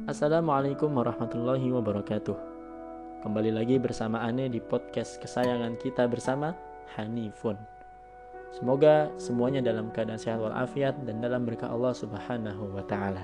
Assalamualaikum warahmatullahi wabarakatuh. Kembali lagi bersama Ane di podcast kesayangan kita bersama, Hanifun. Semoga semuanya dalam keadaan sehat walafiat dan dalam berkah Allah Subhanahu wa ta'ala.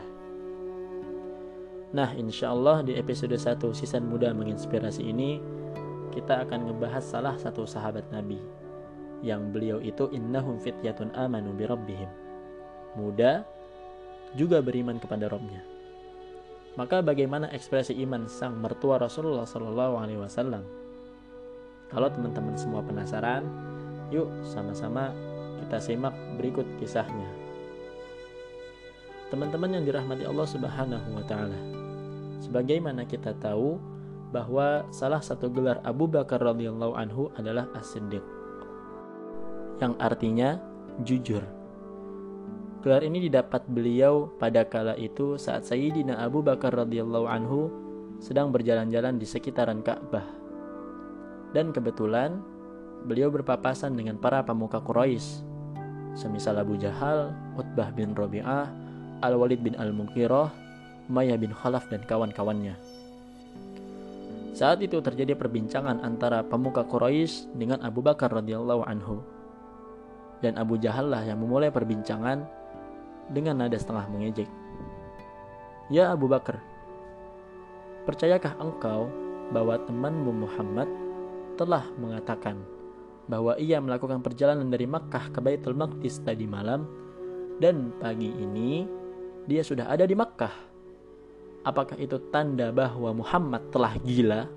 Nah, insyaallah di episode 1 Season Muda Menginspirasi ini kita akan ngebahas salah satu sahabat Nabi yang beliau itu innahum fityatun amanu bi rabbihim. Muda juga beriman kepada Rabb-nya. Maka bagaimana ekspresi iman sang mertua Rasulullah SAW? Kalau teman-teman semua penasaran, yuk sama-sama kita simak berikut kisahnya. Teman-teman yang dirahmati Allah Subhanahu wa ta'ala, sebagaimana kita tahu bahwa salah satu gelar Abu Bakar radhiyallahu anhu adalah As-Siddiq, yang artinya jujur. Gelar ini didapat beliau pada kala itu saat Sayyidina Abu Bakar radhiyallahu anhu sedang berjalan-jalan di sekitaran Ka'bah. Dan kebetulan beliau berpapasan dengan para pemuka Quraisy, semisal Abu Jahal, Utbah bin Rabi'ah, Al-Walid bin Al-Mughirah, Umayyah bin Khalaf dan kawan-kawannya. Saat itu terjadi perbincangan antara pemuka Quraisy dengan Abu Bakar radhiyallahu anhu. Dan Abu Jahal lah yang memulai perbincangan dengan nada setengah mengejek. Ya Abu Bakar, percayakah engkau bahwa temanmu Muhammad telah mengatakan bahwa ia melakukan perjalanan dari Makkah ke Baitul Maqdis tadi malam dan pagi ini dia sudah ada di Makkah? Apakah itu tanda bahwa Muhammad telah gila?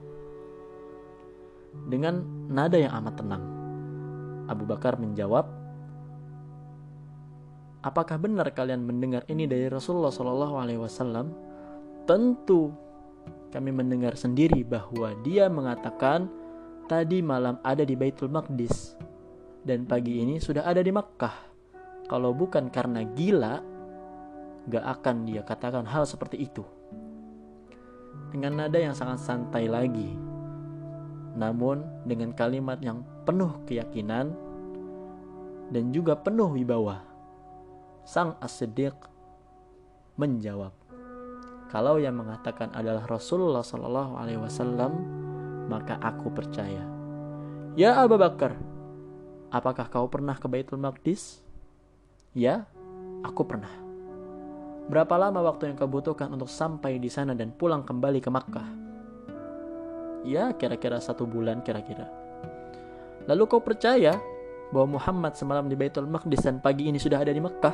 Dengan nada yang amat tenang, Abu Bakar menjawab, apakah benar kalian mendengar ini dari Rasulullah SAW? Tentu kami mendengar sendiri bahwa dia mengatakan tadi malam ada di Baitul Maqdis dan pagi ini sudah ada di Makkah. Kalau bukan karena gila, gak akan dia katakan hal seperti itu. Dengan nada yang sangat santai lagi, namun dengan kalimat yang penuh keyakinan dan juga penuh wibawa, sang As-Siddiq menjawab, kalau yang mengatakan adalah Rasulullah SAW, maka aku percaya. Ya Abu Bakar, apakah kau pernah ke Baitul Maqdis? Ya, aku pernah. Berapa lama waktu yang kau butuhkan untuk sampai di sana dan pulang kembali ke Makkah? Ya, kira-kira 1 bulan kira-kira. Lalu kau percaya bahwa Muhammad semalam di Baitul Maqdis dan pagi ini sudah ada di Makkah?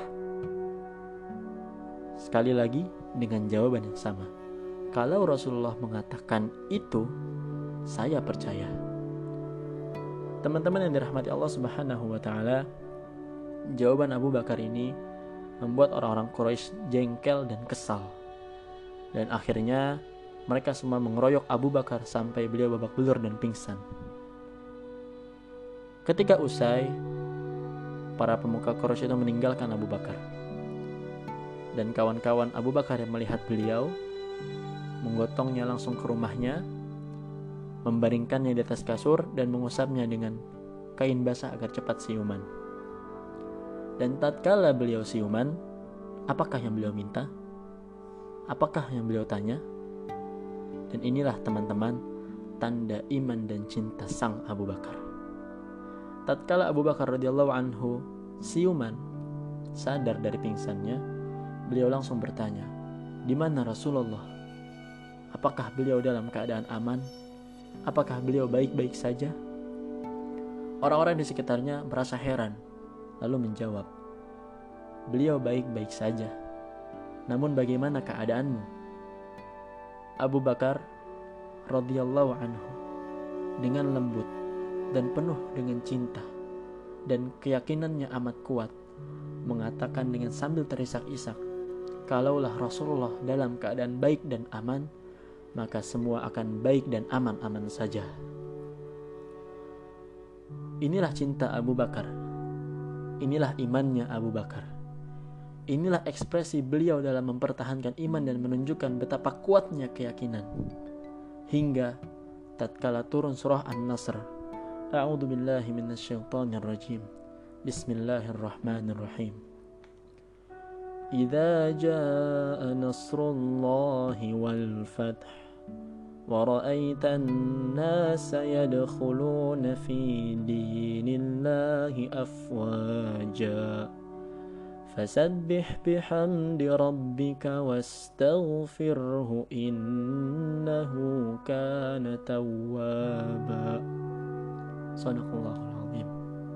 Sekali lagi dengan jawaban yang sama. Kalau Rasulullah mengatakan itu, saya percaya. Teman-teman yang dirahmati Allah Subhanahu wa ta'ala, jawaban Abu Bakar ini membuat orang-orang Quraisy jengkel dan kesal. Dan akhirnya mereka semua mengeroyok Abu Bakar sampai beliau babak belur dan pingsan. Ketika usai, para pemuka Quraisy itu meninggalkan Abu Bakar. Dan kawan-kawan Abu Bakar yang melihat beliau menggotongnya langsung ke rumahnya, membaringkannya di atas kasur dan mengusapnya dengan kain basah agar cepat siuman. Dan tatkala beliau siuman, apakah yang beliau minta? Apakah yang beliau tanya? Dan inilah teman-teman tanda iman dan cinta sang Abu Bakar. Tatkala Abu Bakar radhiyallahu anhu siuman, sadar dari pingsannya, beliau langsung bertanya, di mana Rasulullah? Apakah beliau dalam keadaan aman? Apakah beliau baik-baik saja? Orang-orang di sekitarnya merasa heran, lalu menjawab, beliau baik-baik saja. Namun bagaimana keadaanmu? Abu Bakar radhiyallahu anhu dengan lembut dan penuh dengan cinta dan keyakinannya amat kuat mengatakan dengan sambil terisak-isak, kalaulah Rasulullah dalam keadaan baik dan aman, maka semua akan baik dan aman-aman saja. Inilah cinta Abu Bakar. Inilah imannya Abu Bakar. Inilah ekspresi beliau dalam mempertahankan iman dan menunjukkan betapa kuatnya keyakinan. Hingga tatkala turun surah An-Nasr, A'udzu billahi minasyaitonir rajim. Bismillahirrahmanirrahim. idza jaa nasrullahi wal fath wa ra'aitan nasa yadkhuluna fi dinillahi afwaja fasabbih bihamdi rabbika wastaghfirhu innahu kana tawwaba. Shadaqallahul azim.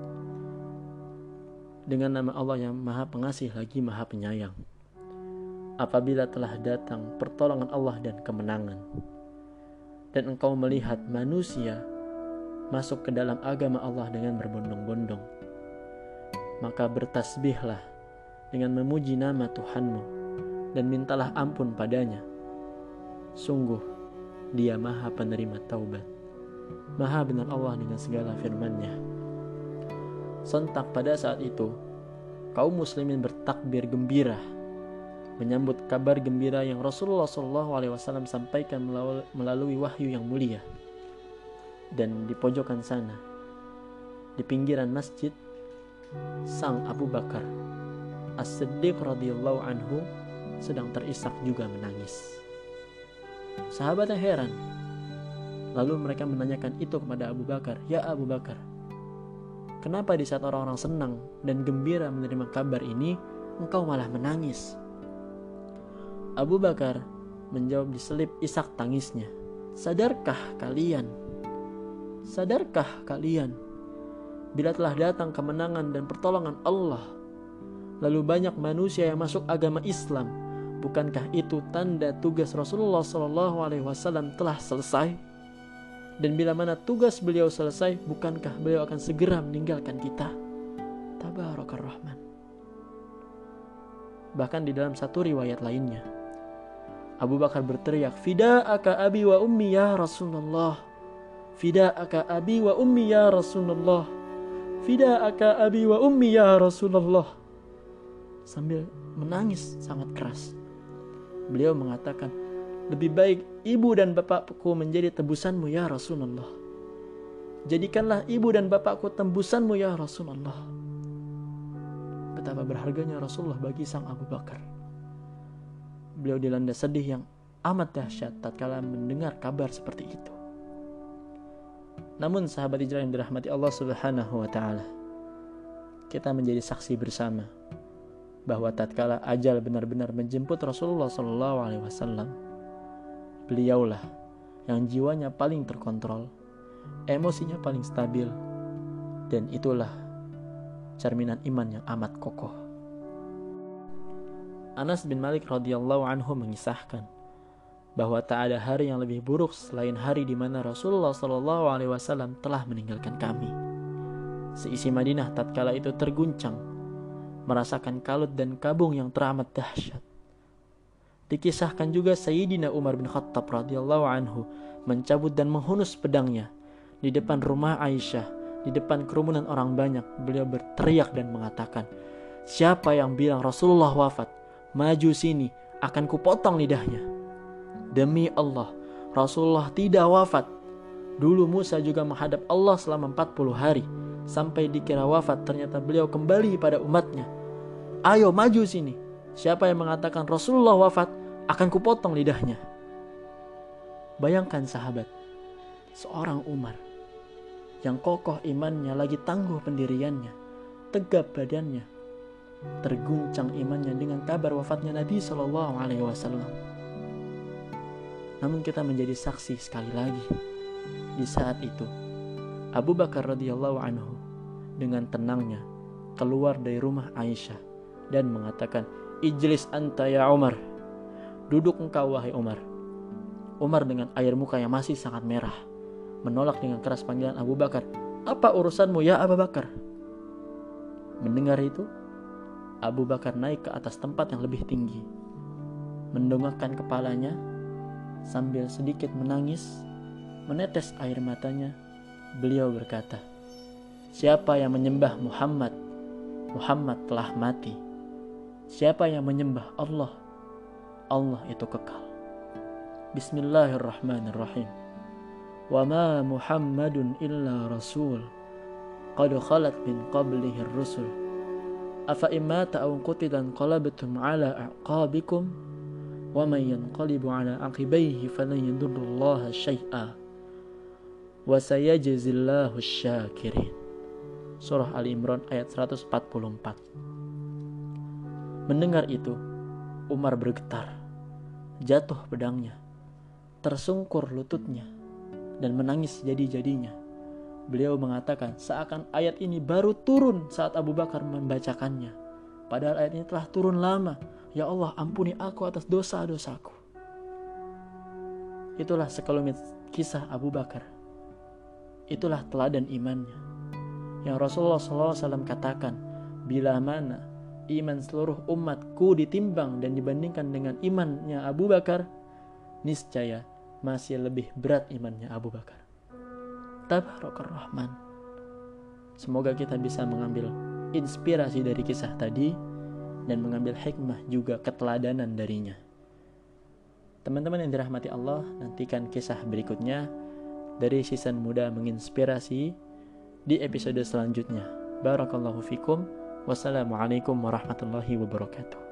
Dengan nama Allah yang Maha Pengasih lagi Maha Penyayang. Apabila telah datang pertolongan Allah dan kemenangan, dan engkau melihat manusia masuk ke dalam agama Allah dengan berbondong-bondong, maka bertasbihlah dengan memuji nama Tuhanmu dan mintalah ampun padanya. Sungguh Dia Maha Penerima Taubat, Maha benar Allah dengan segala firman-Nya. Sontak pada saat itu, kaum muslimin bertakbir gembira menyambut kabar gembira yang Rasulullah SAW sampaikan melalui wahyu yang mulia. Dan di pojokan sana, di pinggiran masjid, sang Abu Bakar As-Siddiq radhiyallahu anhu sedang terisak juga menangis. Sahabatnya heran. Lalu mereka menanyakan itu kepada Abu Bakar, "Ya Abu Bakar, kenapa di saat orang-orang senang dan gembira menerima kabar ini, engkau malah menangis?" Abu Bakar menjawab diselip isak tangisnya, Sadarkah kalian bila telah datang kemenangan dan pertolongan Allah, lalu banyak manusia yang masuk agama Islam, bukankah itu tanda tugas Rasulullah SAW telah selesai? Dan bila mana tugas beliau selesai, bukankah beliau akan segera meninggalkan kita? Tabarakar Rahman. Bahkan di dalam satu riwayat lainnya, Abu Bakar berteriak, "Fida'aka abi wa ummi ya Rasulullah. Fida'aka abi wa ummi ya Rasulullah. Fida'aka abi wa ummi ya Rasulullah." Sambil menangis sangat keras, beliau mengatakan, "Lebih baik ibu dan bapakku menjadi tebusanmu ya Rasulullah. Jadikanlah ibu dan bapakku tembusanmu ya Rasulullah." Betapa berharganya Rasulullah bagi sang Abu Bakar. Beliau dilanda sedih yang amat dahsyat tatkala mendengar kabar seperti itu. Namun sahabat hijrah yang dirahmati Allah Subhanahu wa taala, kita menjadi saksi bersama bahwa tatkala ajal benar-benar menjemput Rasulullah SAW, beliaulah yang jiwanya paling terkontrol, emosinya paling stabil, dan itulah cerminan iman yang amat kokoh. Anas bin Malik radhiyallahu anhu mengisahkan bahwa tak ada hari yang lebih buruk selain hari di mana Rasulullah SAW telah meninggalkan kami. Seisi Madinah tatkala itu terguncang, merasakan kalut dan kabung yang teramat dahsyat. Dikisahkan juga Sayyidina Umar bin Khattab radhiyallahu anhu mencabut dan menghunus pedangnya di depan rumah Aisyah, di depan kerumunan orang banyak. Beliau berteriak dan mengatakan, "Siapa yang bilang Rasulullah wafat? Maju sini, akan kupotong lidahnya." Demi Allah, Rasulullah tidak wafat. Dulu Musa juga menghadap Allah selama 40 hari. Sampai dikira wafat, ternyata beliau kembali pada umatnya. "Ayo maju sini. Siapa yang mengatakan Rasulullah wafat, akan kupotong lidahnya." Bayangkan sahabat, seorang Umar yang kokoh imannya, lagi tangguh pendiriannya, tegap badannya, terguncang imannya dengan kabar wafatnya Nabi SAW. Namun kita menjadi saksi sekali lagi. Di saat itu, Abu Bakar radhiyallahu anhu dengan tenangnya keluar dari rumah Aisyah dan mengatakan, "Ijlis anta ya Umar." Duduk engkau wahai Umar. Umar dengan air muka yang masih sangat merah menolak dengan keras panggilan Abu Bakar. "Apa urusanmu ya Abu Bakar?" Mendengar itu, Abu Bakar naik ke atas tempat yang lebih tinggi, mendongakkan kepalanya sambil sedikit menangis, menetes air matanya. Beliau berkata, "Siapa yang menyembah Muhammad, Muhammad telah mati. Siapa yang menyembah Allah, Allah itu kekal." Bismillahirrahmanirrahim. "Wa ma Muhammadun illa rasul qad khalat min qablihi ar-rusul Afa imata aw qutilan qalabtum ala a'qabikum wa man yanqalibu ala aqibaihi falan yadurrullaha syai'a wa sayajzillahu syakirin. Surah Al-Imran ayat 144. Mendengar itu, Umar bergetar, jatuh pedangnya, tersungkur lututnya, dan menangis jadi-jadinya. Beliau mengatakan seakan ayat ini baru turun saat Abu Bakar membacakannya. Padahal ayat ini telah turun lama. Ya Allah, ampuni aku atas dosa-dosaku. Itulah sekelumit kisah Abu Bakar. Itulah teladan imannya. Yang Rasulullah SAW katakan, bila mana iman seluruh umatku ditimbang dan dibandingkan dengan imannya Abu Bakar, niscaya masih lebih berat imannya Abu Bakar. Tabarakar Rahman. Semoga kita bisa mengambil inspirasi dari kisah tadi dan mengambil hikmah juga keteladanan darinya. Teman-teman yang dirahmati Allah, nantikan kisah berikutnya dari season Muda Menginspirasi di episode selanjutnya. Barakallahu fikum. Wassalamualaikum warahmatullahi wabarakatuh.